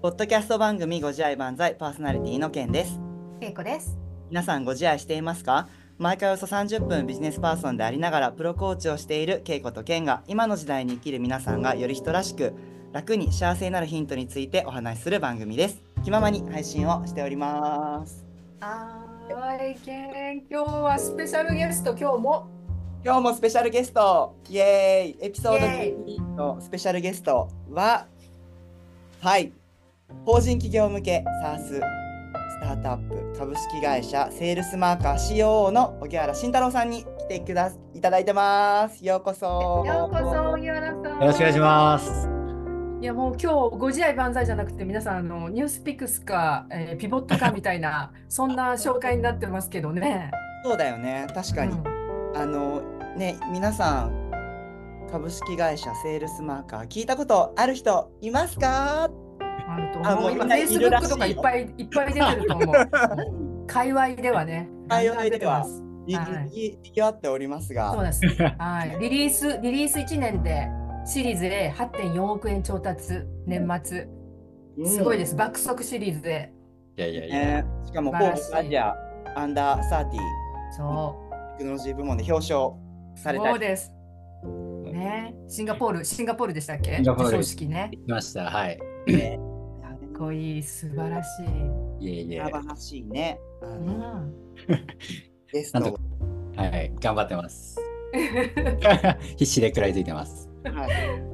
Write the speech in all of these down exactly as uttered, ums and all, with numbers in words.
ポッドキャスト番組ご自愛万歳パーソナリティのケンです。 けいこです。 皆さんご自愛していますか？毎回およそさんじゅっぷんビジネスパーソンでありながらプロコーチをしているケイコとケンが今の時代に生きる皆さんがより人らしく楽に幸せになるヒントについてお話しする番組です。気ままに配信をしております。 はーい、けん、今日はスペシャルゲスト、今日も今日もスペシャルゲストイエーイエピソードイエーイじゅうにのスペシャルゲストははい法人企業向け SaaS スタートアップ株式会社セールスマーカー シーオーオー の荻原慎太郎さんに来てくだいただいてます。ようこそ。 ようこそ、荻原さん。 よろしくお願いします。 いや、もう今日、ご自愛万歳じゃなくて、皆さん、あのニュースピックスか、えーピボットかみたいな、そんな紹介になってますけどね。 そうだよね、確かに、 うんあのね、皆さん株式会社セールスマーカー聞いたことある人いますか？ あるとあも思う。今、 うみんないるらしい Facebook とかいっぱいいっぱい出てると思う。界隈ではね、 界隈ではガンガン出てます。 にはいぎにぎわっておりますが、 そうです。はい。リリース、リリースいちねんでシリーズ Aはってんよんおくえん調達、年末。すごいです。爆速シリーズで。 いやいやいや、 ね、しかもフォーブスアジアアンダーサーティそテクノロジー部門で表彰さう。 れたり、 そうです。ね。シンガポール、シンガポールでしたっけ？ シンガポール授賞式ね。 行きました。はい。 ね、 かっこいい、素晴らしい。 いえいえ。 素晴らしいね。あうのん。 ゲストなんと、はい、頑張ってます。必死で食らいついてます。 はい、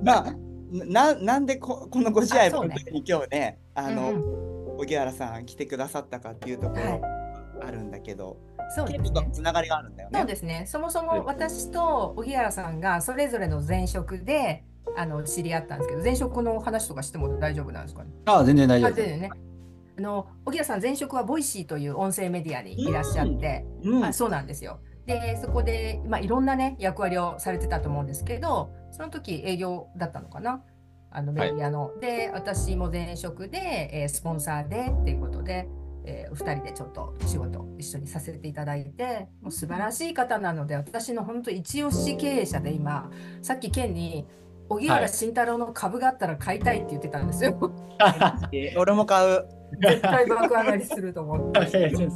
まあななんでここのご自愛の時に今日ね、あの、 うん荻原さん来てくださったかっていうところはいあるんだけど、 そうです結構ね。 つながりがあるんだよね。 そうですね。そもそも私と荻原さんがそれぞれの前職であの知り合ったんですけど、前職の話とかしても大丈夫なんですかね？ ああ、全然大丈夫です。 あでね、あの荻原さん前職はボイシーという音声メディアにいらっしゃって、 うんうんあそうなんですよ。でそこで、まあ、いろんなね役割をされてたと思うんですけど、その時営業だったのかな、あのメディアの、はい、で私も前職で、えースポンサーでっていうことで、えー、ふたりでちょっと仕事一緒にさせていただいて、もう素晴らしい方なので、私の本当一押し経営者で、今さっきケンに荻原慎太郎の株があったら買いたいって言ってたんですよ。 はい、俺も買う。 絶対爆上がりすると思って。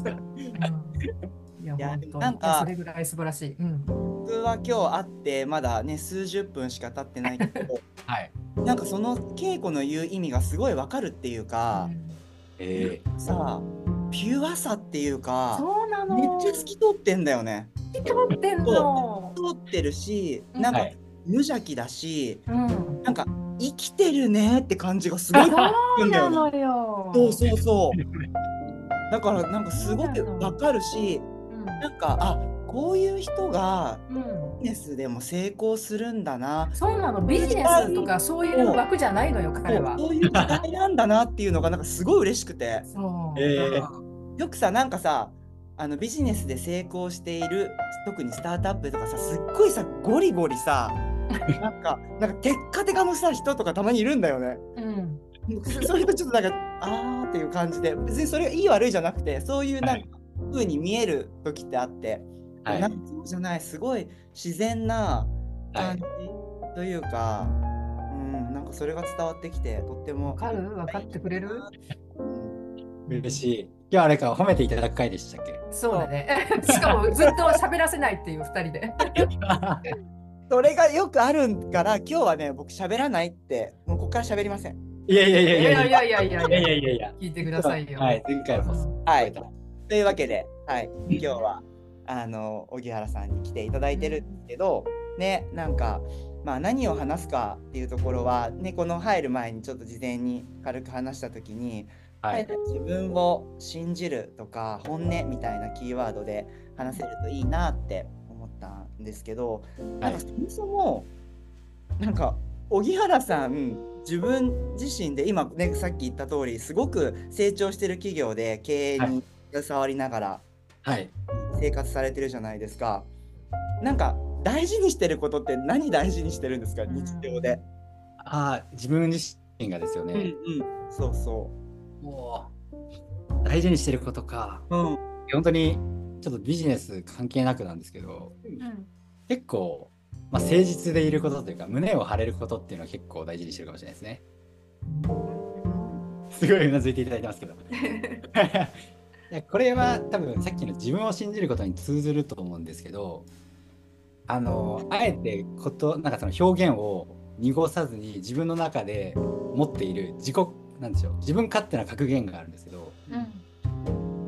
いや、 いや本当なんかそれぐらい素晴らしい。うん、 僕は今日会ってまだね数十分しか経ってないけど、 はい。 なんかその稽古の言う意味がすごいわかるっていうか、 うんえー、 さあピュアさっていうか、 そうなの。 めっちゃ透き通ってんだよね。 透き通ってんの。 透き通ってるし、なんか、 はい、 無邪気だし、 うん、 なんか生きてるねって感じがすごいそうなのよ。 そうそうそうだからなんかすごくわかるし、 うん、 なんかあこういう人がうん、 ビジネスでも成功するんだな、 そうなの。ビジネスとかそういう枠じゃないのよ、彼は。 そういう時代なんだなっていうのがなんかすごい嬉しくて、 そう、 えー、 よくさなんかさあのビジネスで成功している特にスタートアップとかさすっごいさゴリゴリさなんかなんかテッカテカのさ人とかたまにいるんだよね。 うん、 そういうとちょっとなんかあーっていう感じで、別にそれがいい悪いじゃなくて、そういうなんか風に見える時ってあって、はい、なんかそうじゃないすごい自然な感じというか、はい、うんなんかそれが伝わってきてとっても分かる分かってくれる、 うん、嬉しい。今日あれか褒めていただく回でしたっけ？ そうだね。しかもずっと喋らせないっていうふたりで。 それがよくあるから今日はね僕喋らないってもうここから喋りません。 いやいやいやいやいやいやいやいやいやいやいやいや聞いてくださいよ。 はい、前回もはいというわけで、はい、今日はあの荻原さんに来ていただいてるんですけど、うん、ねなんかまあ何を話すかっていうところはねこの入る前にちょっと事前に軽く話した時に、はい、自分を信じるとか本音みたいなキーワードで話せるといいなって思ったんですけど、なんかそもそもなんか荻原さん自分自身で今ねさっき言った通りすごく成長してる企業で経営に携わりながら生活されてるじゃないですか。なんか大事にしてることって何大事にしてるんですか、日常で。 ああ自分自身がですよね。うんうん、そうそう。 もう大事にしてることか。うん、本当にちょっとビジネス関係なくなんですけど、うん、結構、まあ、誠実でいることというか胸を張れることっていうのは結構大事にしてるかもしれないですね。 すごいうなずいていただいてますけど。いやこれは多分さっきの自分を信じることに通ずると思うんですけど、あのあえてことなんかその表現を濁さずに自分の中で持っている自己なんでしょう自分勝手な格言があるんですけど、うん、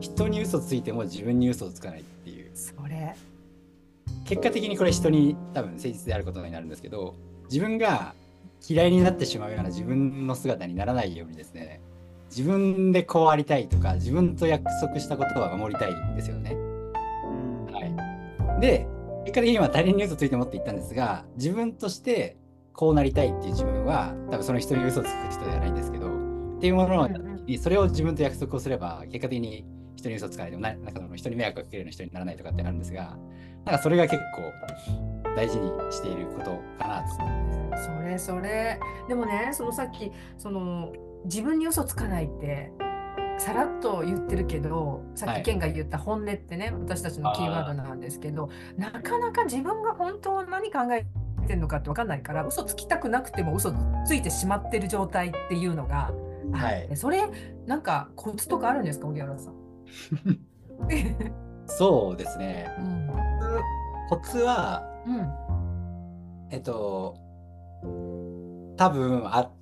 人に嘘ついても自分に嘘をつかないっていう。 それ結果的にこれ人に多分誠実であることになるんですけど、自分が嫌いになってしまうような自分の姿にならないようにですね、自分でこうありたいとか自分と約束したことは守りたいんですよね。はい、で結果的には他人に嘘ついてもって言ったんですが、自分としてこうなりたいっていう自分は多分その人に嘘つく人ではないんですけどっていうものにそれを自分と約束をすれば結果的に人に嘘つかないでもな、なんか人に迷惑をかけるような人にならないとかってあるんですが、なんかそれが結構大事にしていることかなと。 それそれでもね、そのさっきその自分に嘘つかないってさらっと言ってるけど、さっきケンが言った本音ってね、はい、私たちのキーワードなんですけど、なかなか自分が本当は何考えてるのかって分かんないから、嘘つきたくなくても嘘ついてしまってる状態っていうのが、はい、それなんかコツとかあるんですか、荻原さん。 そうですね、うん、コツは、うん、えっと多分あって、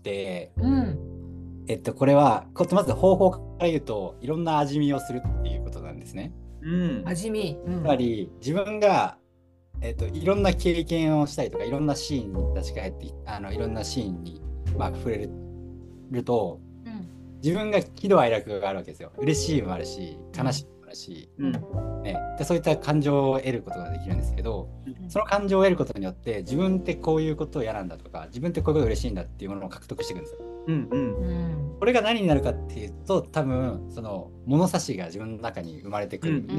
うんえっと、これはまず方法から言うといろんな味見をするっていうことなんですね。 うん、味見、 つまり自分が、えっと、いろんな経験をしたりとかいろんなシーンに立ち返ってあのいろんなシーンに、まあ、触れると、うん、自分が喜怒哀楽があるわけですよ。嬉しいもあるし悲しいもあるし、うんね、でそういった感情を得ることができるんですけど、うん、その感情を得ることによって自分ってこういうことを嫌なんだとか自分ってこういうこと嬉しいんだっていうものを獲得していくんですよ。うんうん、これが何になるかっていうと多分その物差しが自分の中に生まれてくる、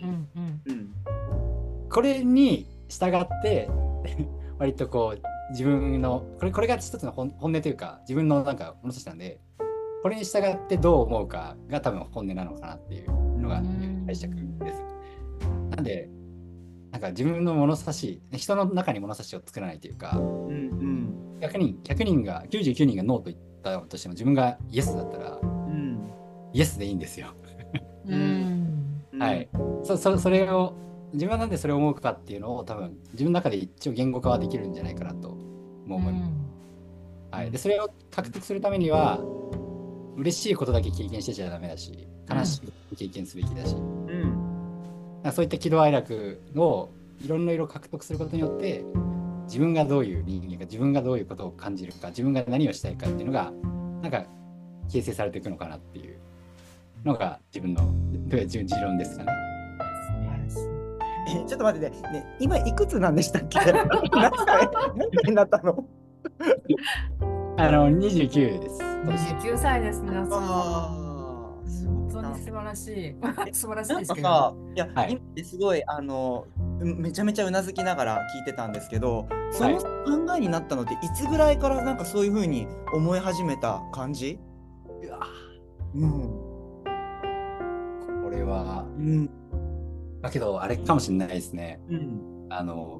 これに従って割とこう自分のこれこれが一つの本音というか自分のなんか物差しなんで、これに従ってどう思うかが多分本音なのかなっていうのが解釈です。なんでなんか自分の物差し人の中に物差しを作らないというか、うんうん、ひゃくにんひゃくにんがきゅうじゅうきゅうにんがノーと言ったとしても自分がイエスだったら、うん、イエスでいいんですよ。うん、はい。そ, そ, それを自分はなんでそれを思うかっていうのを多分自分の中で一応言語化はできるんじゃないかなと思います。うん、はい。でそれを獲得するためには嬉しいことだけ経験してちゃダメだし、悲しいことを経験すべきだし、うん、そういった喜怒哀楽をいろんな色獲得することによって自分がどういう人間か自分がどういうことを感じるか自分が何をしたいかっていうのがなんか形成されていくのかなっていうのが自分の持論ですかね。 えちょっと待ってね、ね今いくつなんでしたっけ？何歳になったの？ あのにじゅうきゅうです。 にじゅうきゅうさいです皆さん。本当に素晴らしい。素晴らしいですけど。 なんかさ、いや、はい、今すごいあのめちゃめちゃうなずきながら聞いてたんですけど、その考えになったのっていつぐらいからなんかそういう風に思い始めた感じ？うわ、 うん。これは、うん、だけどあれかもしれないですね。うん、あの。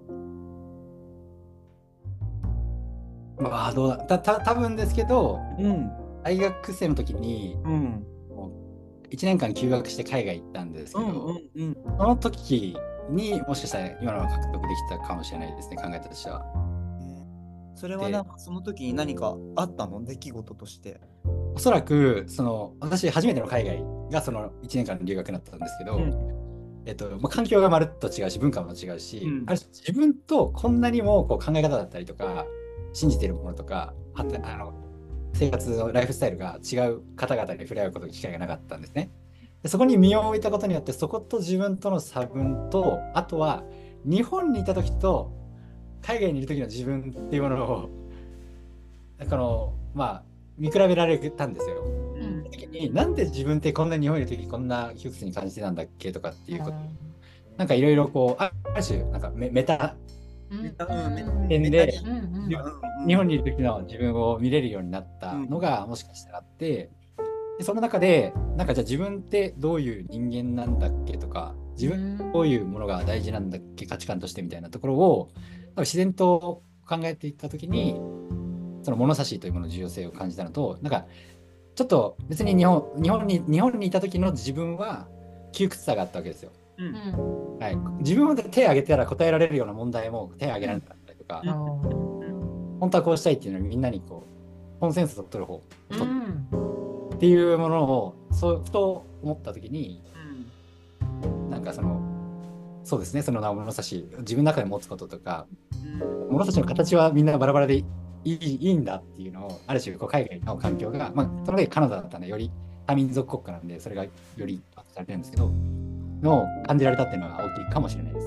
まあどうだたた多分ですけど、うん、大学生の時に、うん、いちねんかん休学して海外行ったんですけど、うんうんうん、その時にもしかしたら今のは獲得できたかもしれないですね、考えたとしては。 それはなんかその時に何かあったの？出来事として。 おそらくその私初めての海外がそのいちねんかんの留学になったんですけど、うんえっとまあ、環境がまるっと違うし文化も違うし、うん、あれ自分とこんなにもこう考え方だったりとか信じているものとかあの生活のライフスタイルが違う方々に触れ合うこと機会がなかったんですね。でそこに身を置いたことによってそこと自分との差分とあとは日本にいた時と海外にいる時の自分っていうものをこの、まあ、見比べられたんですよ。うん、時になんで自分ってこんな日本にいる時こんな窮屈に感じてたんだっけとかっていうこと、うん、なんかいろいろこうある種なんか メ, メタ点で日本にいる時の自分を見れるようになったのがもしかしたらあって、でその中でなんかじゃあ自分ってどういう人間なんだっけとか自分どういうものが大事なんだっけ価値観としてみたいなところを多分自然と考えていった時にその物差しというものの重要性を感じたのと、なんかちょっと別に日本日本に日本にいた時の自分は窮屈さがあったわけですよ。 ううんんはい、自分は手を挙げたら答えられるような問題も手を挙げられなかったりとか、 うん本当はこうしたいっていうのにみんなにこうコンセンサスを取る方うんっていうものをそうふと思った時に、 うんなんかそのそうですね、その物差し自分の中で持つこととか、 うん物差しの形はみんなバラバラでいい、いいんだっていうのをある種こう海外の環境が、まあ、その時カナダだったんでより多民族国家なんでそれがより圧されてるんですけどのを感じられたっていうのは大きいかもしれないです。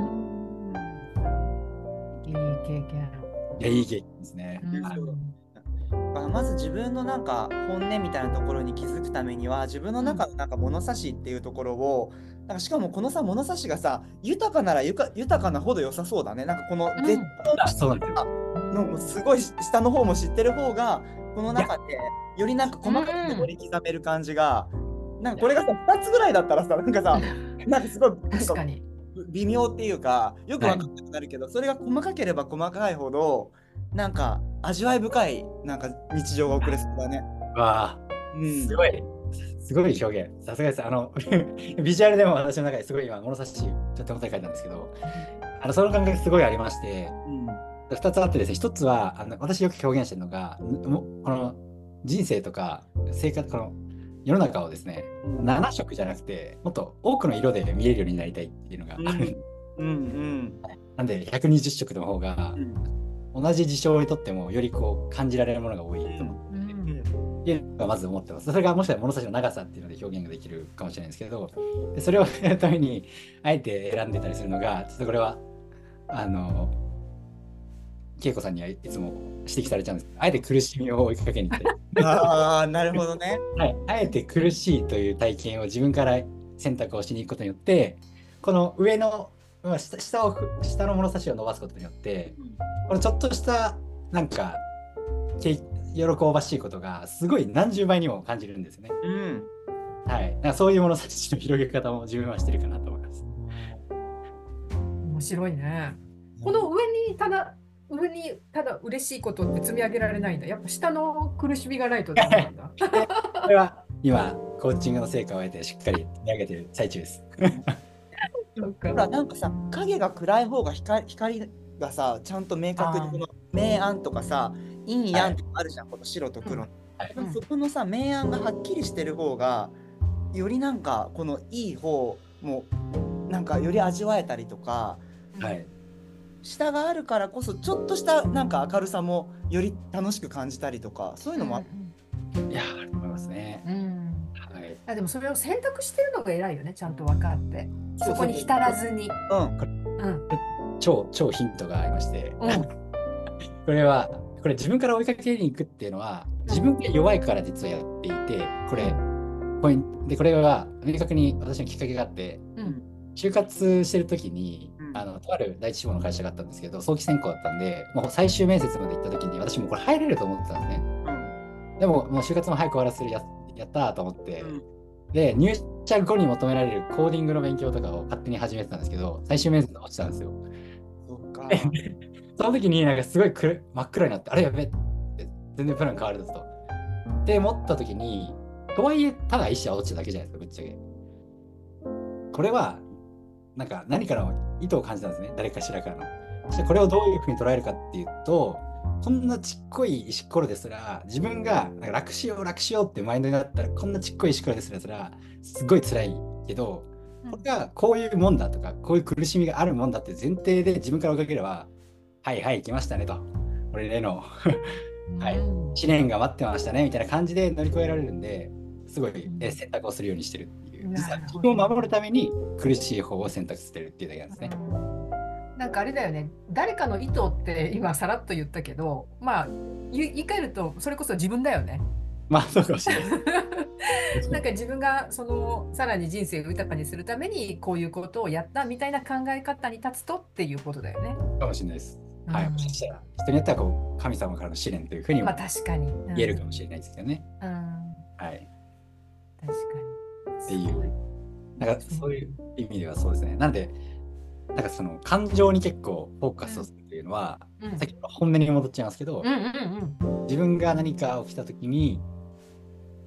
いい経験。 いやいい経験ですね。 うんはいまあまず自分のなんか本音みたいなところに気づくためには自分の中のなんか物差しっていうところをなんかしかもこのさ物差しがさ豊かならゆか豊かなほど良さそうだね。なんかこのうん絶あそうなんですよ。 のもすごい下の方も知ってる方がこの中でよりなんか細かくうん盛り刻める感じがなんかこれがさふたつぐらいだったらさなんかさなんかすごいなん確かに。 微妙っていうかよく分かんなくなるけど、それが細かければ細かいほどなんか味わい深いなんか日常が送れそうだね。 わあうん、 すごいすごい表現さすがです。あのビジュアルでも私の中ですごい今物差しちょっと手元に書いたんですけどあのその感覚すごいありましてうんふたつあってですね、ひとつはあの私よく表現してるのがもこの人生とか生活この世の中をですねなな色じゃなくてもっと多くの色で見えるようになりたいっていうのがある、 うんうんなんでひゃくにじゅっ色の方がうん同じ事象にとってもよりこう感じられるものが多いと思うんうんっていうのがまず思ってます。それがもしかしたら物差しの長さっていうので表現ができるかもしれないんですけどでそれをやるためにあえて選んでたりするのがちょっとこれはあの恵子さんにはいつも指摘されちゃうんですけどあえて苦しみを追いかけに行ってああなるほどね。 はい、あえて苦しいという体験を自分から選択をしに行くことによってこの上のまあ下下を下の物差しを伸ばすことによってこのちょっとしたなんかけ喜ばしいことがすごい何十倍にも感じるんですよね。 うんはい、だからそういう物差しの広げ方も自分はしてるかなと思います。 面白いね。この上にただ上にただ嬉しいことって積み上げられないんだ。やっぱ下の苦しみがないとダメなんだ。 これは今コーチングの成果を得てしっかり積み上げている最中です。 そうかほらなんかさ影が暗い方が光光がさちゃんと明確にこの明暗とかさ陰陽とかあるじゃん、この白と黒の、 はいでもそこのさ明暗がはっきりしてる方がよりなんかこのいい方もなんかより味わえたりとかはい、 下があるからこそちょっとしたなんか明るさもより楽しく感じたりとかそういうのもあいやーあると思いますね。 うんうんはい、 あでもそれを選択してるのが偉いよね。ちゃんと分かってそうそうそこに浸らずに。 うんうん超超ヒントがありまして、 うんこれはこれ自分から追いかけに行くっていうのは自分が弱いから実はやっていてこれポイントでこれは明確に私のきっかけがあってうん就活してる時にうんあのとある第一志望の会社があったんですけど早期選考だったんでもう最終面接まで行った時に私もこれ入れると思ってたんですね。 うんでももう就活も早く終わらせるややったーと思って、 うんで入社後に求められるコーディングの勉強とかを勝手に始めてたんですけど最終面接で落ちたんですよ。 そっかその時になんかすごいくる真っ暗になってあれやべって全然プラン変わるぞと。って思った時にとはいえただ意思は落ちただけじゃないですかぶっちゃけ。これはなんか何かの意図を感じたんですね誰かしらからの。そしてこれをどういうふうに捉えるかっていうとこんなちっこい石ころですら自分がなんか楽しよう楽しようってマインドになったらこんなちっこい石ころですらすらすごい辛いけどこれがこういうもんだとかこういう苦しみがあるもんだって前提で自分から追いかければはいはい来ましたねと俺へのはいうん試練が待ってましたねみたいな感じで乗り越えられるんですごいえ選択をするようにしてるっていう実は自分を守るために苦しい方を選択してるっていうだけなんですね。 なんかあれだよね。誰かの意図って今さらっと言ったけど、まあ言い言い換えるとそれこそ自分だよね。 まあそうかもしれないです。 なんか自分がそのさらに人生を豊かにするためにこういうことをやったみたいな考え方に立つとっていうことだよね。 かもしれないです。はい。 うんもしかしたら人によってはこう神様からの試練というふうにもまあ確かに。うん言えるかもしれないですけどね。 うん、 はい。 確かっていうに。すごいなんかそういう意味ではそうですね。なので、なんかその感情に結構フォーカスをするというのは、 うんさっきの本音に戻っちゃいますけど、 うんうんうん自分が何か起きたときに、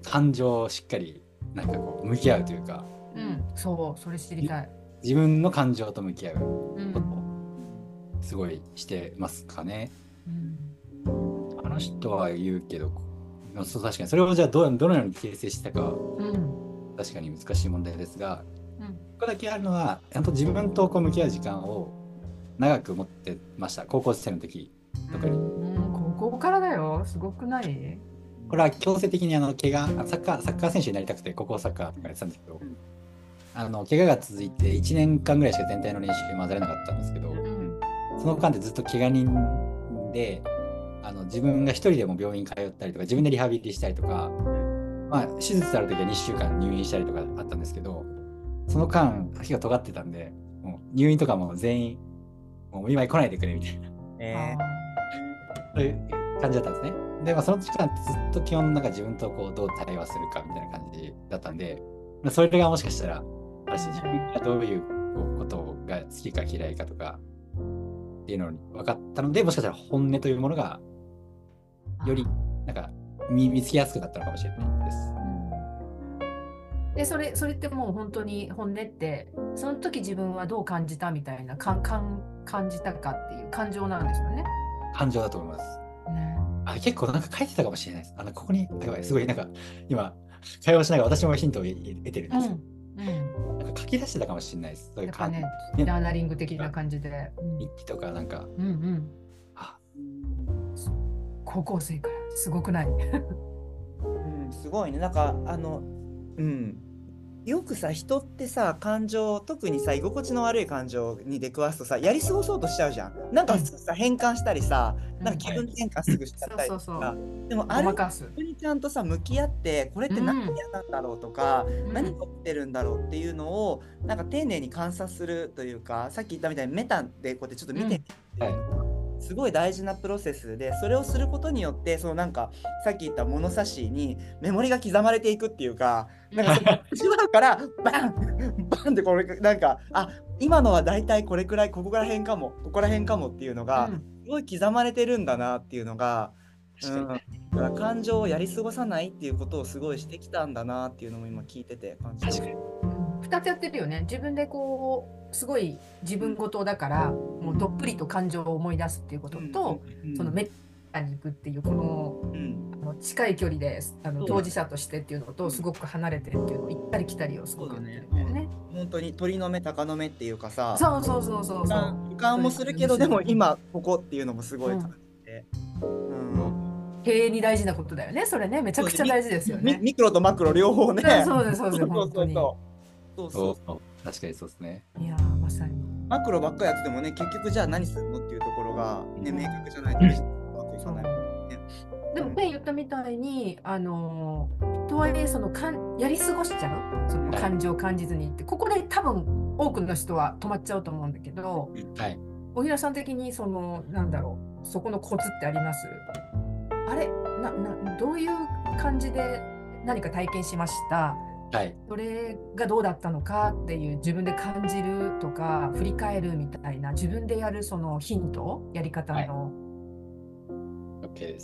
感情をしっかりなんかこう向き合うというか、 うん、そう、それ知りたい。 自分の感情と向き合うことうんをすごいしてますかね。 うんあの人は言うけど、そう確かにそれをじゃあどうどのように形成したか、 うん確かに難しい問題ですが、 うんここだけあるのはちゃんと自分とこう向き合う時間を長く持ってました。高校生の時特に。 うん高校からだよ。すごくない？ これは強制的にあの怪我あサッカーサッカー選手になりたくて高校サッカーとかやってたんですけど、あの怪我が続いていちねんかんぐらいしか全体の練習混ざれなかったんですけど、 うんその間でずっと怪我人で、あの自分が一人でも病院通ったりとか自分でリハビリしたりとか、まあ、手術ある時はにしゅうかん入院したりとかあったんですけど、その間足が尖ってたんで、もう入院とかも全員もうお見舞い来ないでくれみたいな、 えそういう感じだったんですね。で、まあ、その時間ずっと基本なんか自分とこうどう対話するかみたいな感じだったんで、まあそれがもしかしたら私自分がどういうことが好きか嫌いかとかっていうのに分かったので、もしかしたら本音というものがよりなんか見見つけやすくなったのかもしれないです。 でそれそれってもう本当に本音ってその時自分はどう感じたみたいなかんかん感じたかっていう感情なんですよね。 感情だと思います。 ねあ、結構なんか書いてたかもしれないです。あのここにやばいすごいなんか今会話しながら私もヒントを得てるんですよ。 うんうん、 なんか書き出してたかもしれないです。そういう感やっぱねねジャーナリング的な感じで。うん日記とかなんか、 うんうんあ、 高校生からすごくない？ うん、すごいね。なんかあのうんよくさ人ってさ感情特にさ居心地の悪い感情に出くわすとさやり過ごそうとしちゃうじゃん。なんかすぐさ変換したりさなんか気分転換すぐしちゃったりとそうそうか。でもあごれまかす。 にちゃんとさ向き合ってこれって何が嫌なんだろうとか、 ん何が起きてるんだろうっていうのをなんか丁寧に観察するというか、さっき言ったみたいにメタでこうやってちょっと見てみるっていうのがすごい大事なプロセスで、それをすることによってそのなんかさっき言った物差しにメモリが刻まれていくっていうか、なんかそのしまうからバンバンってこれなんかあ今のはだいたいこれくらいここら辺かもここら辺かもっていうのがうんすごい刻まれてるんだなっていうのが、 確かにうん、だから感情をやり過ごさないっていうことをすごいしてきたんだなっていうのも今聞いてて感じ確かにふたつやってるよね。自分でこうすごい自分事だからもうどっぷりと感情を思い出すっていうことと、 うんそのメタに行くっていうこのうんあの近い距離であのそうだ当事者としてっていうのとすごく離れてるっていうのを行ったり来たりをすごくやってるんだよね。 本当に鳥の目鷹の目っていうかさ、 そうそうそうそうそう。 俯瞰もするけどでも今ここっていうのもすごい感じて、うん経営に大事なことだよね。それねめちゃくちゃ大事ですよね。 ミミクロとマクロ両方ね。 そうですそうですそう本当に。 そうそうそうそう確かにそうですね。 いやーまさに。 マクロばっかりやっててもね結局じゃあ何するのっていうところがね明確じゃないとうまくいかない。 でもね言ったみたいにあのとはいえそのかんやり過ごしちゃうその感情を感じずにってここで多分多くの人は止まっちゃうと思うんだけど、 はい。 小平さん的にそのなんだろうそこのコツってあります？あれななどういう感じで何か体験しました？ はい。 それがどうだったのかっていう自分で感じるとか振り返るみたいな自分でやるそのヒントやり方の、 はい、OK です。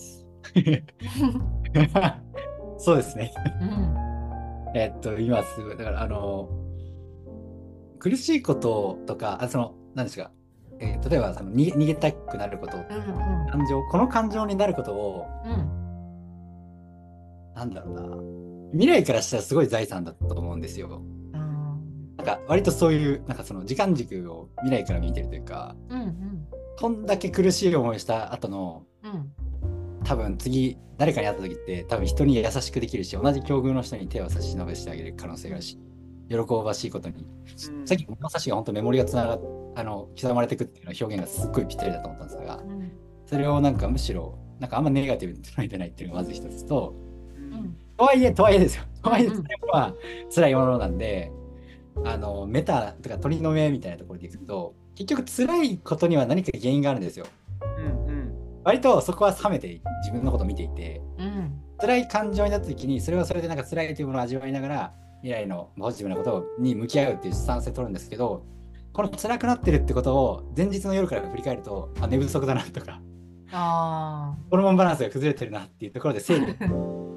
そうですね。 うん、 えっと今すぐだからあの苦しいこととかあその何ですか、えー、例えばその逃げ逃げたくなること、 うんうん感情この感情になることを、 うん、 なんだろうな未来からしたらすごい財産だと思うんですよ。なんか割とそういうなんかその時間軸を未来から見てるというか、 うんうんこんだけ苦しい思いした後のうん多分次誰かに会った時って多分人に優しくできるし同じ境遇の人に手を差し伸べしてあげる可能性があるし喜ばしいことに、うん、さっき物差しが本当メモリがつながっあの刻まれていくっていうの表現がすっごいぴったりだと思ったんですが、うん、それをなんかむしろなんかあんまネガティブに捉えてないっていうのがまず一つと、うん、とはいえとはいえですよとはいえそれは辛いものなんで、あのメタとか鳥の目みたいなところでいくと結局辛いことには何か原因があるんですよ。うんうん割とそこは冷めて自分のことを見ていて、うん、辛い感情になった時にそれはそれでなんか辛いというものを味わいながら未来のポジティブなことに向き合うっていうスタンスで取るんですけど、この辛くなってるってことを前日の夜から振り返るとあ寝不足だなとかあホルモンバランスが崩れてるなっていうところで整理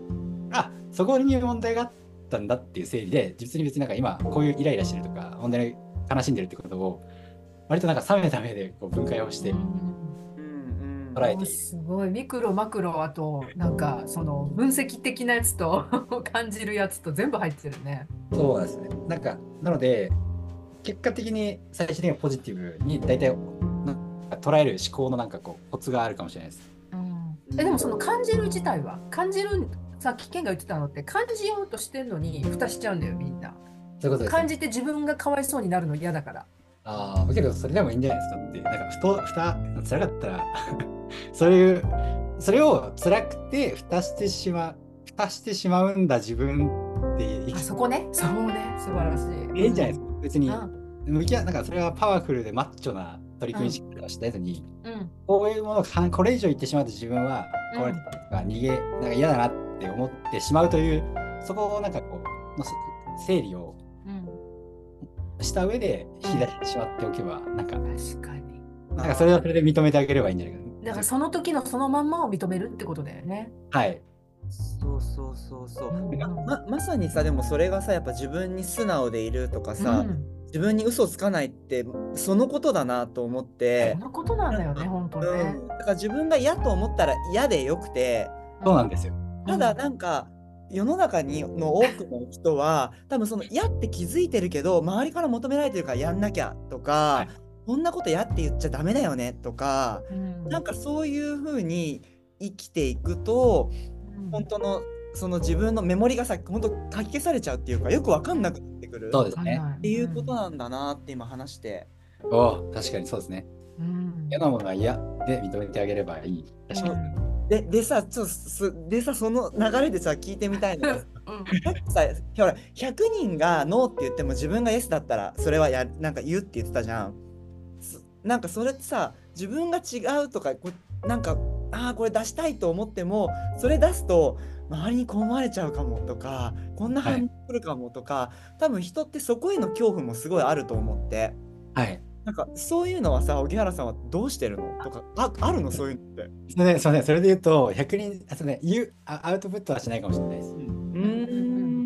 あ、そこに問題があったんだっていう整理で、実に別になんか今こういうイライラしてるとか、問題悲しんでるってことを割となんか冷めた目でこう分解をして捉えている。 すごいミクロマクロ、あとなんかその分析的なやつと感じるやつと全部入ってるね。 そうなんですね。なんかなので結果的に最終的にはポジティブに大体捉える思考のなんかこうコツがあるかもしれないです。 うん、えでもその感じる自体は感じる、さっきケンが言ってたのって感じようとしてるのに蓋しちゃうんだよみんな。 そういうことですね。 感じて自分がかわいそうになるの嫌だから。 ああ、けどそれでもいいんじゃないですかって、なんかふと蓋辛かったらそういうそれを辛くて蓋してしまう蓋してしまうんだ自分ってあそこね、そうね、素晴らしい。 いいんじゃないですか。別にうん向き合なんかそれはパワフルでマッチョな取り組みしかしたやつに、 うん、 こういうものをこれ以上言ってしまうと自分はこれとか逃げなんか嫌だなって思ってしまうという、そこをなんかこうの整理をした上で引き出してしまっておけば、なんか確かになんかそれはそれで認めてあげればいいんじゃないかな。 だからその時のそのまんまを認めるってことだよね。 はい。 そうそうそうそう。 うんうんま、まさにさ、でもそれがさ、やっぱ自分に素直でいるとかさ、 うん、 自分に嘘つかないってそのことだなと思って、 そのことなんだよね、本当ね。 うん、だから自分が嫌と思ったら嫌でよくて、 そうなんですよ。 ただなんか世の中にの多くの人は多分その嫌って気づいてるけど周りから求められてるからやんなきゃとか、はい、こんなこと嫌って言っちゃダメだよねとか、うん、なんかそういう風に生きていくと、うん、本当のその自分のメモリがさ本当書き消されちゃうっていうかよく分かんなくなってくる、 そうですね、 っていうことなんだなって今話して、 うん、お確かにそうですね、うん、嫌なものは嫌で認めてあげればいい。確かに、うんで, でさちょっとでさその流れでさ聞いてみたいのが、うん、さほらひゃくにんがノーって言っても自分がイエスだったらそれはやなんか言うって言ってたじゃん。なんかそれってさ自分が違うとかこなんかああこれ出したいと思ってもそれ出すと周りにこう思われちゃうかもとかこんな反応するかもとか、はい、多分人ってそこへの恐怖もすごいあると思って、 はい、 なんかそういうのはさ荻原さんはどうしてるのとか あ, あるのそういうのって。 すみません、すみません、それで言うとひゃくにんあそれ、ね、言うアウトプットはしないかもしれないです。うん、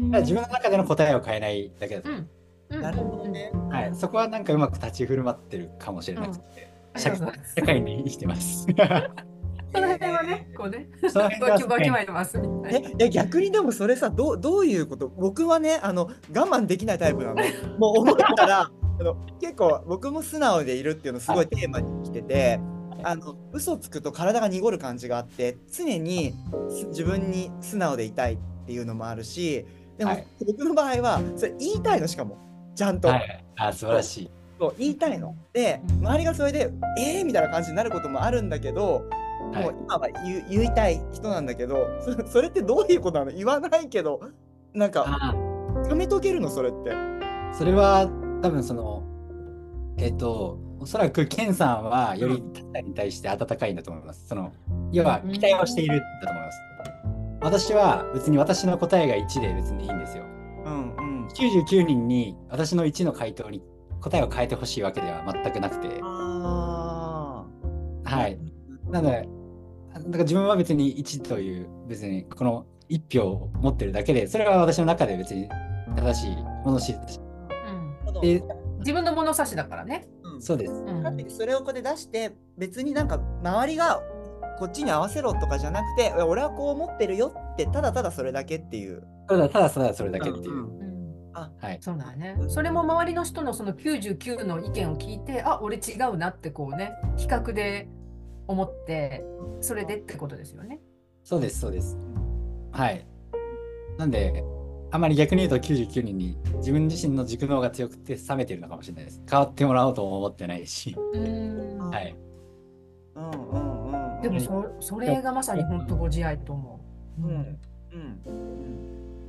自分の中での答えを変えないだけだと、 うん、なるほどね、 はい、そこはなんかうまく立ち振る舞ってるかもしれなくて、うん、社, 社会に生きてますその辺はね、こうね、バキバキバキますみたいな。 え、逆にでもそれさ、どう、どういうこと？僕はね、あの我慢できないタイプなの。もう思ったら、あの結構僕も素直でいるっていうのすごいテーマに来てて、あの嘘つくと体が濁る感じがあって、常に自分に素直でいたいっていうのもあるし、でも、はい、僕の場合はそれ言いたいのしかもちゃんと。はい、 あ、素晴らしい。 そう言いたいので、周りがそれでえーみたいな感じになることもあるんだけど。もう今は 言, 言いたい人なんだけど そ, それってどういうことなの？言わないけどなんか噛み解けるのそれって。 それは多分そのえっ、ー、とおそらくケンさんはより他者に対して温かいんだと思います。その要は期待をしているんだと思います。私は別に私の答えがいちで別にいいんですよ。うんうん、きゅうじゅうきゅうにんに私のいちの回答に答えを変えてほしいわけでは全くなくて、あはい。なのでだから自分は別にいちという別にこのいち票を持ってるだけでそれは私の中で別に正しい物差しだし、 うん、で自分の物差しだからね、 うん、そうです、 うん、それをここで出して別になんか周りがこっちに合わせろとかじゃなくて俺はこう思ってるよってただただそれだけっていうただただただそれだけっていう、うんうんあはい、そうだね。それも周りの人のそのきゅうじゅうきゅうの意見を聞いてあ俺違うなってこうね比較で思ってそれでってことですよね。 そうですそうです。はい。なんであまり逆に言うときゅうじゅうきゅうにんに自分自身の軸の方が強くて冷めてるのかもしれないです。変わってもらおうとも思ってないし。うーんはい。 うんうんうん。でも そ, それがまさに本当ご自愛と思う。うんうん、うん、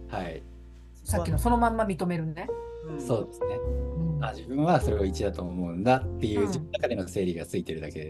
はい。 さっきのそのまんま認めるね。 うん、そうですね、うん、あ自分はそれをいちだと思うんだっていう、うん、自分の中での整理がついてるだけで、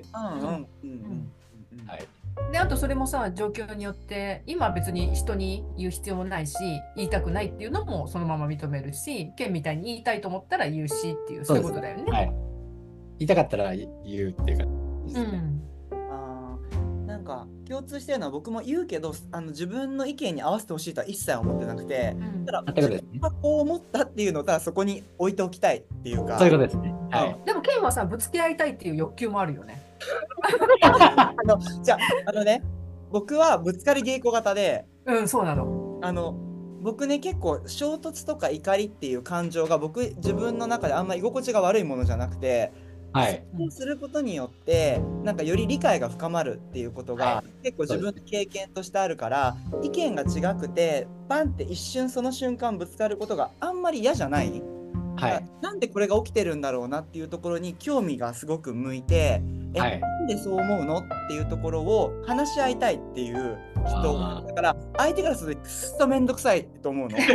であとそれもさ状況によって今別に人に言う必要もないし言いたくないっていうのもそのまま認めるしケンみたいに言いたいと思ったら言うしっていうそういうことだよね、はい、 言いたかったら言うっていうか、 うん、あなんか今日共通してるのは僕も言うけどあの自分の意見に合わせてほしいとは一切思ってなくて、 うん、 ただあ、ということですね。 自分がこう思ったっていうのをただそこに置いておきたいっていうか、 そういうことですね。はい。 でもケンはさ、ぶつけ合いたいっていう欲求もあるよね。 あのじゃああのね僕はぶつかり稽古型で、 うん、そうなの。 あの僕ね結構衝突とか怒りっていう感情が僕自分の中であんまり居心地が悪いものじゃなくて、 はい。 そうすることによってなんかより理解が深まるっていうことが、 は結構自分の経験としてあるから、意見が違くてバンって一瞬その瞬間ぶつかることがあんまり嫌じゃない、 はい。 なんでこれが起きてるんだろうなっていうところに興味がすごく向いて、え、 はい。 なんでそう思うのっていうところを話し合いたいっていう人あーだから、相手からするとくっそめんどくさいと思うの。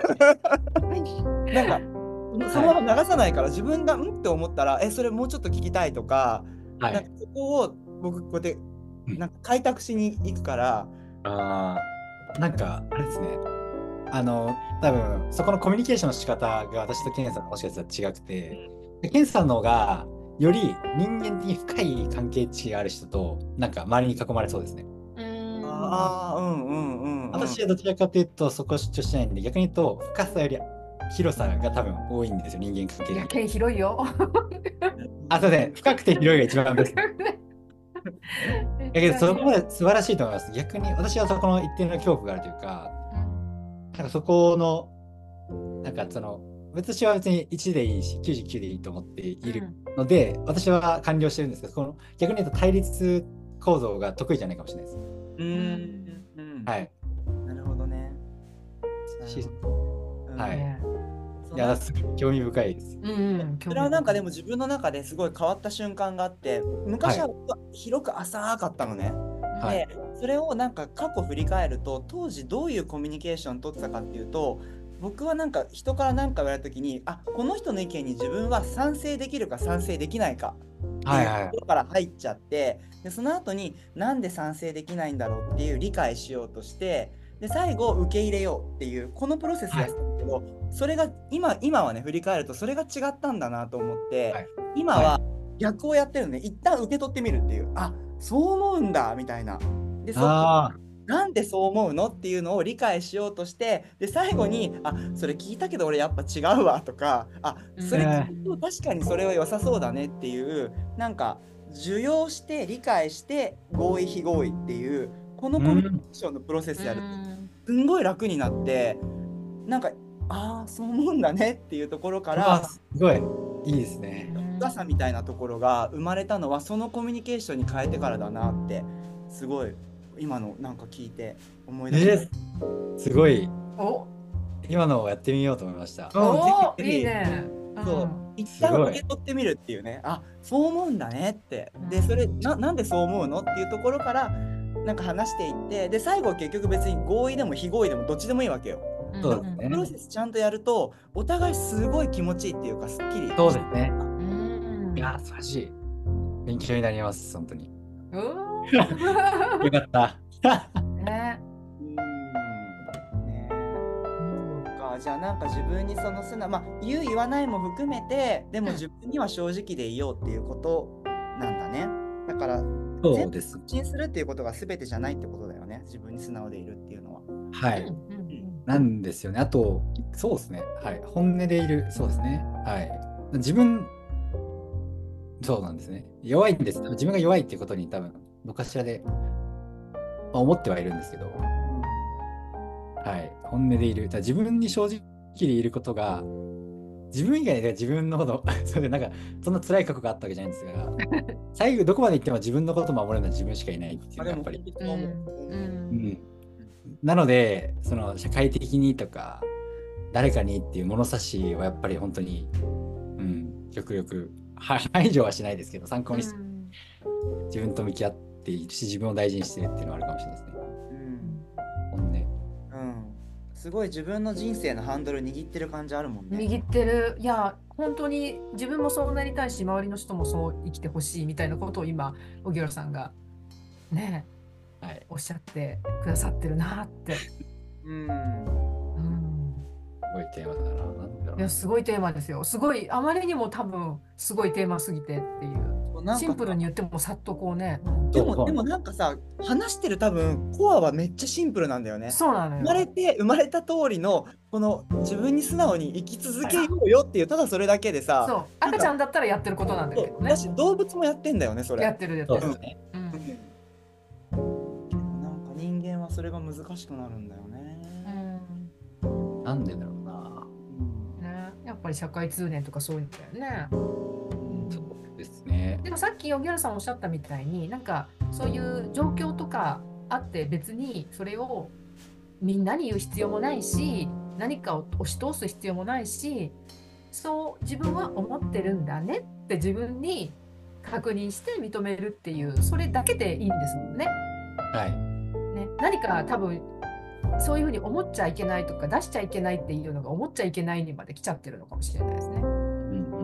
なんかそのまま流さないから、自分がうんって思ったら、えそれもうちょっと聞きたいとか、 はい。 なんかそこを僕こうやってうんなんか開拓しに行くから、 あーなんか、あれですね。あの、多分そこのコミュニケーションの仕方が私とケンさんのもしかしたら違くて、でケンさんの方がより人間的に深い関係値がある人と、なんか周りに囲まれそうですね。 うーん。 ああうんうんうんうん、 私はどちらかというと、そこを主張しないんで、逆に言うと、深さより広さが多分多いんですよ、人間関係いや、 が。 ケン広いよ。 あ、そうですね。深くて広いが一番ベスト。だけど、そこまで素晴らしいと思います。逆に私はそこの一定の恐怖があるというか、なんかそこの、なんかその、私は別にいちでいいし、きゅうじゅうきゅうでいいと思っているので、私は完了してるんですけど、この逆に言うと対立構造が得意じゃないかもしれないです。 うーん、 はい。 なるほどね。 しうんはい。 ねいや、すごい興味深いです。 うんうん、 それはなんかでも自分の中ですごい変わった瞬間があって、昔は広く浅かったのね。 はいでそれをなんか過去振り返ると、当時どういうコミュニケーション取ってたかっていうと、僕はなんか人から何か言われた時に、あこの人の意見に自分は賛成できるか賛成できないかってはいいうはいところから入っちゃって、でその後になんで賛成できないんだろうっていう理解しようとして、で最後受け入れようっていうこのプロセスやったんだけど、それが今今はね振り返るとそれが違ったんだなと思って、 はい今は逆をやってるのね。一旦受け取ってみるっていう、あそう思うんだみたいな。でそあなんでそう思うのっていうのを理解しようとして、で最後にあそれ聞いたけど俺やっぱ違うわとか、あそれ聞くと確かにそれは良さそうだねっていう、なんか受容して理解して合意非合意っていうこのコミュニケーションのプロセスやるとすんごい楽になって、なんかああそう思うんだねっていうところかあ、 らすごいいいですね。 深さみたいなところが生まれたのはそのコミュニケーションに変えてからだなってすごい今のなんか聞いて思い出しましえすごい。 お今のをやってみようと思いました。 た。うんおぜひぜひいいね。 そう一旦受け取ってみるっていうね、あそう思うんだねって、でそれななんでそう思うのっていうところからなんか話していって、で最後結局別に合意でも非合意でもどっちでもいいわけよ。 そうですねプロセスちゃんとやるとお互いすごい気持ちいいっていうかすっきり。 そうですね。 うんいや、素晴らしい。勉強になります、本当に。 うよかった。 んねうんねそうか、じゃあなんか自分にその素直、まあ言う言わないも含めて、でも自分には正直でいようっていうことなんだね。だからそうです。 発信するっていうことが全てじゃないってことだよね。自分に素直でいるっていうのは。 はい。 うんうんなんですよね。あと、そうですね。はい。本音でいる。そうですね。はい。自分、そうなんですね。弱いんです。自分が弱いっていうことに多分、どっかしらで、まあ、思ってはいるんですけど、はい。本音でいる。だから自分に正直でいることが、自分以外で自分のこと、それでなんか、そんな辛い過去があったわけじゃないんですが、最後どこまで行っても自分のことを守るのは自分しかいないっていうのがやっぱり。 うんうんうんなので、その社会的にとか、誰かにっていう物差しはやっぱり本当に、うん、極力、は排除はしないですけど、参考にしうん自分と向き合っているし、自分を大事にしてるっていうのはあるかもしれないですね。 うん本音。 うんすごい自分の人生のハンドル握ってる感じあるもんね。 握ってる。いや本当に自分もそうなりたいし、周りの人もそう生きてほしいみたいなことを今荻原さんがねはい。 おっしゃってくださってるなって。 うんうんすごいテーマだな。なんだろろういや、すごいテーマですよ。すごい、あまりにも多分、すごいテーマすぎてっていう。 なんかシンプルに言ってもさっとこうね。うんでも、でもなんかさ、話してる多分、コアはめっちゃシンプルなんだよね。 そうなの生まれよ。 て、生まれた通りの、この自分に素直に生き続けようよっていう、ただそれだけでさ、 そう、赤ちゃんだったらやってることなんだけどね。 だし、動物もやってんだよね、それ。 やってるやってる。 そうですね。 うん。 なんか人間はそれが難しくなるんだよね。 うんなんでだろうな。 ね、やっぱり社会通念とかそういうんだよね。 そうですね。 でもさっき荻原さんおっしゃったみたいになんかそういう状況とかあって別にそれをみんなに言う必要もないし何かを押し通す必要もないしそう自分は思ってるんだねって自分に確認して認めるっていうそれだけでいいんですもんね。 はい。 ね、何か多分そういうふうに思っちゃいけないとか出しちゃいけないっていうのが思っちゃいけないにまで来ちゃってるのかもしれないですね。 うんうん。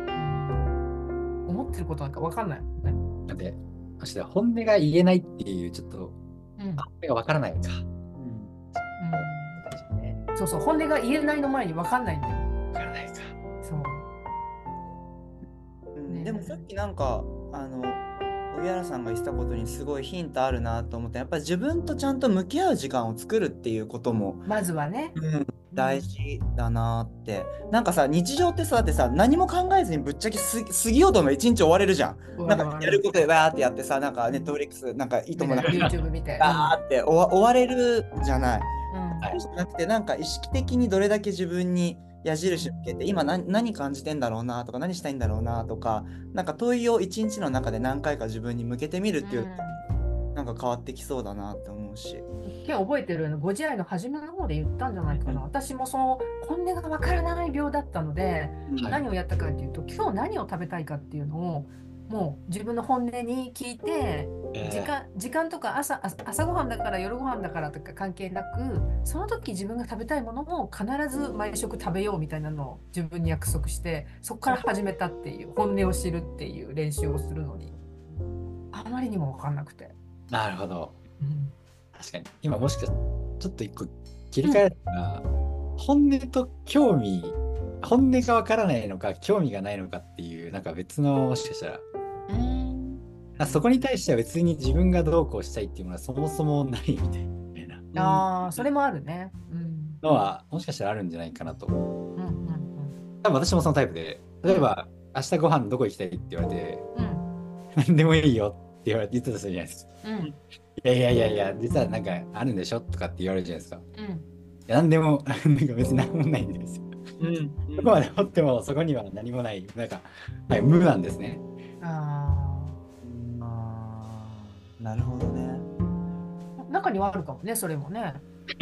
思ってることなんか分かんないもんね。 なんで、そして本音が言えないっていう、ちょっと、 うん、 本音がわからないか。 うん、そうそう、本音が言えないの前に分かんないんだよ。 わからないか。 そう。 うんねでもさっきなんか、あの、荻原さんが言ってたことにすごいヒントあるなと思って、やっぱり自分とちゃんと向き合う時間を作るっていうことも、 まずはね。 うん大事だなって。なんかさ、日常ってさ、だってさ、何も考えずにぶっちゃけす過ぎようとの一日終われるじゃん。なんかやることでバーってやってさ、なんかネットフリックス、なんかいいともなく YouTube 見て。 バーって終わ終われるじゃない。 うんそうじゃなくて、なんか意識的にどれだけ自分に矢印向けて、今何、何感じてんだろうなとか、何したいんだろうなとか、なんか問いを一日の中で何回か自分に向けてみるっていう、なんか変わってきそうだなって思うし。 一見覚えてるの、ご自愛の初めの方で言ったんじゃないかな。私もその本音がわからない病だったので、 はい何をやったかっていうと、今日何を食べたいかっていうのを、もう自分の本音に聞いて、 えー時間、時間とか朝、朝朝ごはんだから夜ごはんだからとか関係なく、その時自分が食べたいものを必ず毎食食べようみたいなのを自分に約束して、そこから始めたっていう、本音を知るっていう練習をするのに、あまりにも分かんなくて。 なるほど。 うん確かに。今もしかして、ちょっと一個切り替えるのが、本音と興味、本音がわからないのか、興味がないのかっていう、なんか別の、もしかしたら、 うんあそこに対しては別に自分がどうこうしたいっていうものはそもそもないみたいなああ、それもあるね。うん。 のは、もしかしたらあるんじゃないかなと。 うんうん多分私もそのタイプで、例えば、明日ご飯どこ行きたいって言われて、 うん。 何でもいいよって言われて言ってたじゃないですか。 うん。うん。 いやいやいやいや、実はなんかあるんでしょとかって言われるじゃないですか。いうん。 や何でも、なんか別に何もないんですよ。 うんどこまで掘ってもそこには何もない、なんか、はい、無なんですね。 ああーなるほどね。 あ。中にはあるかもね、それもね。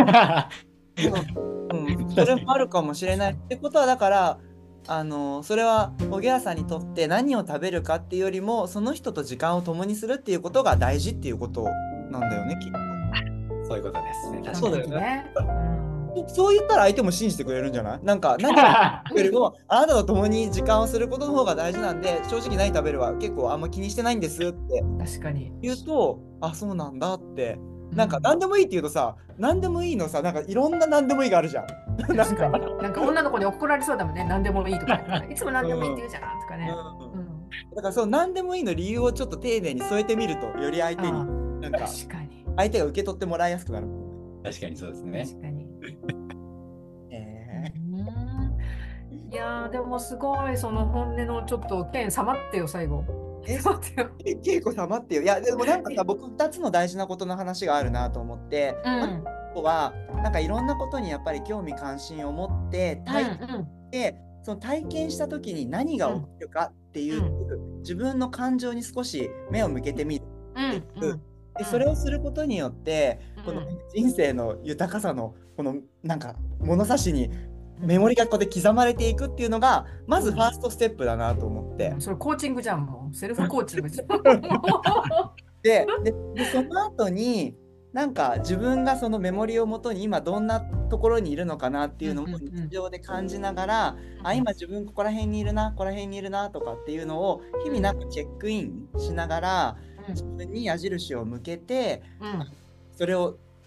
うん、それもあるかもしれない。ってことはだからあのそれは荻原さんにとって何を食べるかっていうよりもその人と時間を共にするっていうことが大事っていうことなんだよねきっそういうことですね。確かに。 そうだよねね。うん。 と。そう言ったら相手も信じてくれるんじゃない？なんか何をよりもあなたと共に時間をすることの方が大事なんで正直何食べるは結構あんま気にしてないんですって確かに。 言うとあそうなんだってなんか何でもいいって言うとさ何でもいいのさなんかいろんな何でもいいがあるじゃん。なん確かかに。なんか女の子に怒られそうだもんね。何でもいいとか言ってね。いつも何でもいいって言うじゃんとかね。 うんうん。 だからそう何でもいいの理由をちょっと丁寧に添えてみるとより相手にあなんか確かに。 相手が受け取ってもらいやすくなる。 確かにそうですね。 確かに。 えうんいやーでもすごいその本音のちょっと剣さまってよ最後。 えさまってよ。 ー、け稽古様っていういやでもなんかさ僕ふたつの大事なことの話があるなと思って、 うん。 まず一個はなんかいろんなことにやっぱり興味関心を持って体験して、その体験した時に何が起きるかっていう、自分の感情に少し目を向けてみるうんっていう、 うんでそれをすることによって、 うんこの人生の豊かさのこのなんか物差しにメモリがこうやって刻まれていくっていうのがまずファーストステップだなと思って、 それコーチングじゃんもうセルフコーチングじゃん。 でででその後になんか自分がそのメモリをもとに今どんなところにいるのかなっていうのもうんうんうん日常で感じながら、あ今自分ここら辺にいるなここら辺にいるなとかっていうのを日々なんかチェックインしながら自分に矢印を向けてうんそれを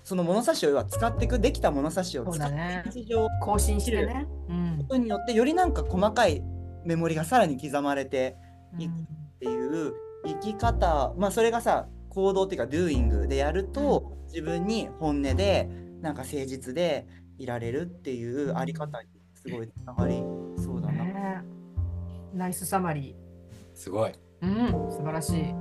その物差しをは使っていく、できた物差しをそう使ってだね。 日常更新してね。うんことによってよりなんか細かいメモリがさらに刻まれていくうんっていう生き方、まあそれがさ行動っていうか doing でやると、自分に本音でなんか誠実でいられるっていうあり方にすごいつながりそうだな。 ねえナイスサマリすごい。 ー。うん、素晴らしい。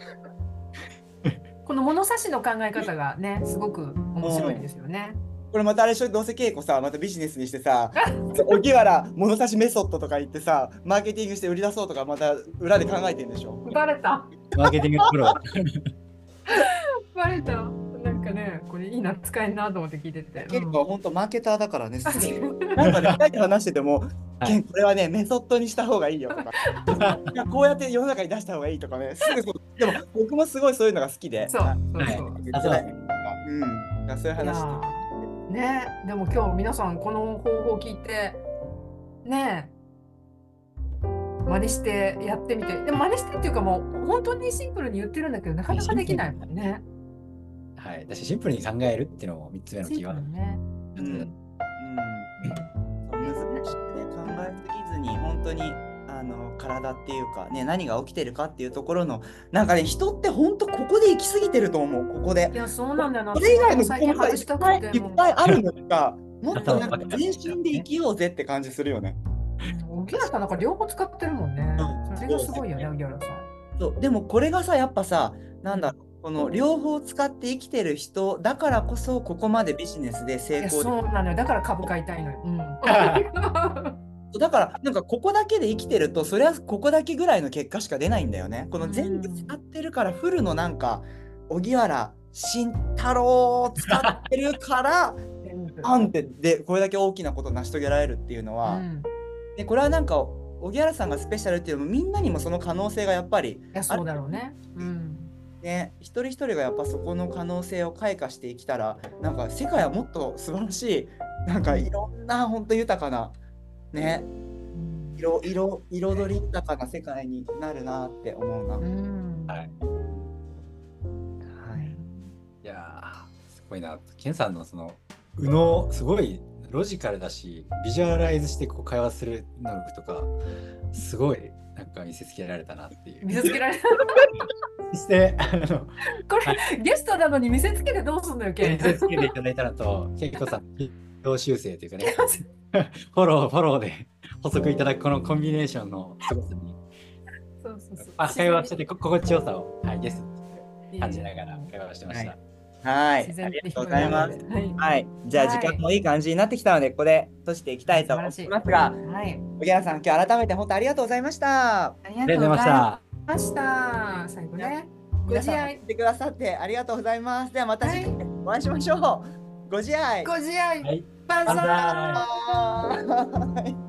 この物差しの考え方がね、すごく面白いですよね。 これまたあれでしょ、どうせ稽古さまたビジネスにしてさ荻原物差しメソッドとか言ってさマーケティングして売り出そうとかまた裏で考えてるんでしょ。 バレた。 マーケティングプロ。 バレた。なんかね、これいいな、使えんなと思って聞いてて。 結構本当マーケターだからね、すげえうんなんかね、ふたりで話してても、 はいケンこれはね、メソッドにした方がいいよとか、いやこうやって世の中に出した方がいいとかね、すぐそう、でも僕もすごいそういうのが好きで、 そう、そうはいそう。 言ってたよねうん、だからそういうい話してやーね、でも今日皆さんこの方法を聞いてね真似してやってみて、でも真似してっていうかもう本当にシンプルに言ってるんだけどなかなかできないもんね。 はい。私シンプルに考えるっていうのもみっつめのシンプキーワード。 ルにね。 うん、うん、そう難しくね、考えすぎずに、本当にあの体っていうか、ね、何が起きてるかっていうところの、なんかね、人って本当ここで行き過ぎてると思う、ここで。 いやそうなんだよな。 それ以外の最近外したくていっもぱいあるのか、もっとなんか頭ばっかり全身で生きようぜって感じするよね。 うん荻原さんなんか両方使ってるもんね。 うんそれがすごいよね、荻原さん。 そうでもこれがさ、やっぱさ、なんだろう、この両方使って生きてる人だからこそ、ここまでビジネスでいや成功でそうなのよ。だから株買いたいのよ。うんだからなんかここだけで生きてると、それはここだけぐらいの結果しか出ないんだよね。この全部使ってるからフルのなんか荻原慎太郎を使ってるからパンってでこれだけ大きなことを成し遂げられるっていうのは、 うんでこれはなんか荻原さんがスペシャルっていうのもみんなにもその可能性がやっぱりいやそうだろうね。うんね、一人一人がやっぱそこの可能性を開花してきたら、なんか世界はもっと素晴らしい、なんかいろんな本当豊かなね、 うん色色彩り豊かな世界になるなって思うな。 うはい。 んはい。いやー、すごいな。ケンさんのその、右脳、すごいロジカルだし、ビジュアライズしてこう会話する能力とか、すごいなんか見せつけられたなっていう。 見せつけられた。 そして、あの、 これゲストなのに見せつけてどうすんのよ、ケン。 見せつけていただいたのと、ケイコさん、軌修正というかね、フォロー、フォローで補足いただくこのコンビネーションのすごさに、 そうそうそう。 あ会話しててこ心地よさを、はい、ゲスト感じながら会話してました。 はい、 自然ありがとう的ございます。 はい。 はい、じゃあはい時間もいい感じになってきたので、ここで閉じていきたいと思いますが、 はい。 荻原さん、今日改めて本当ありがとうございました。 ありありがとうございまました。最後ね。ご皆さん自愛来てくださってありがとうございます。ではまた次回お会いしましょう。ご自愛。 ご自愛。 はい。 バンザー。 バイバーイ。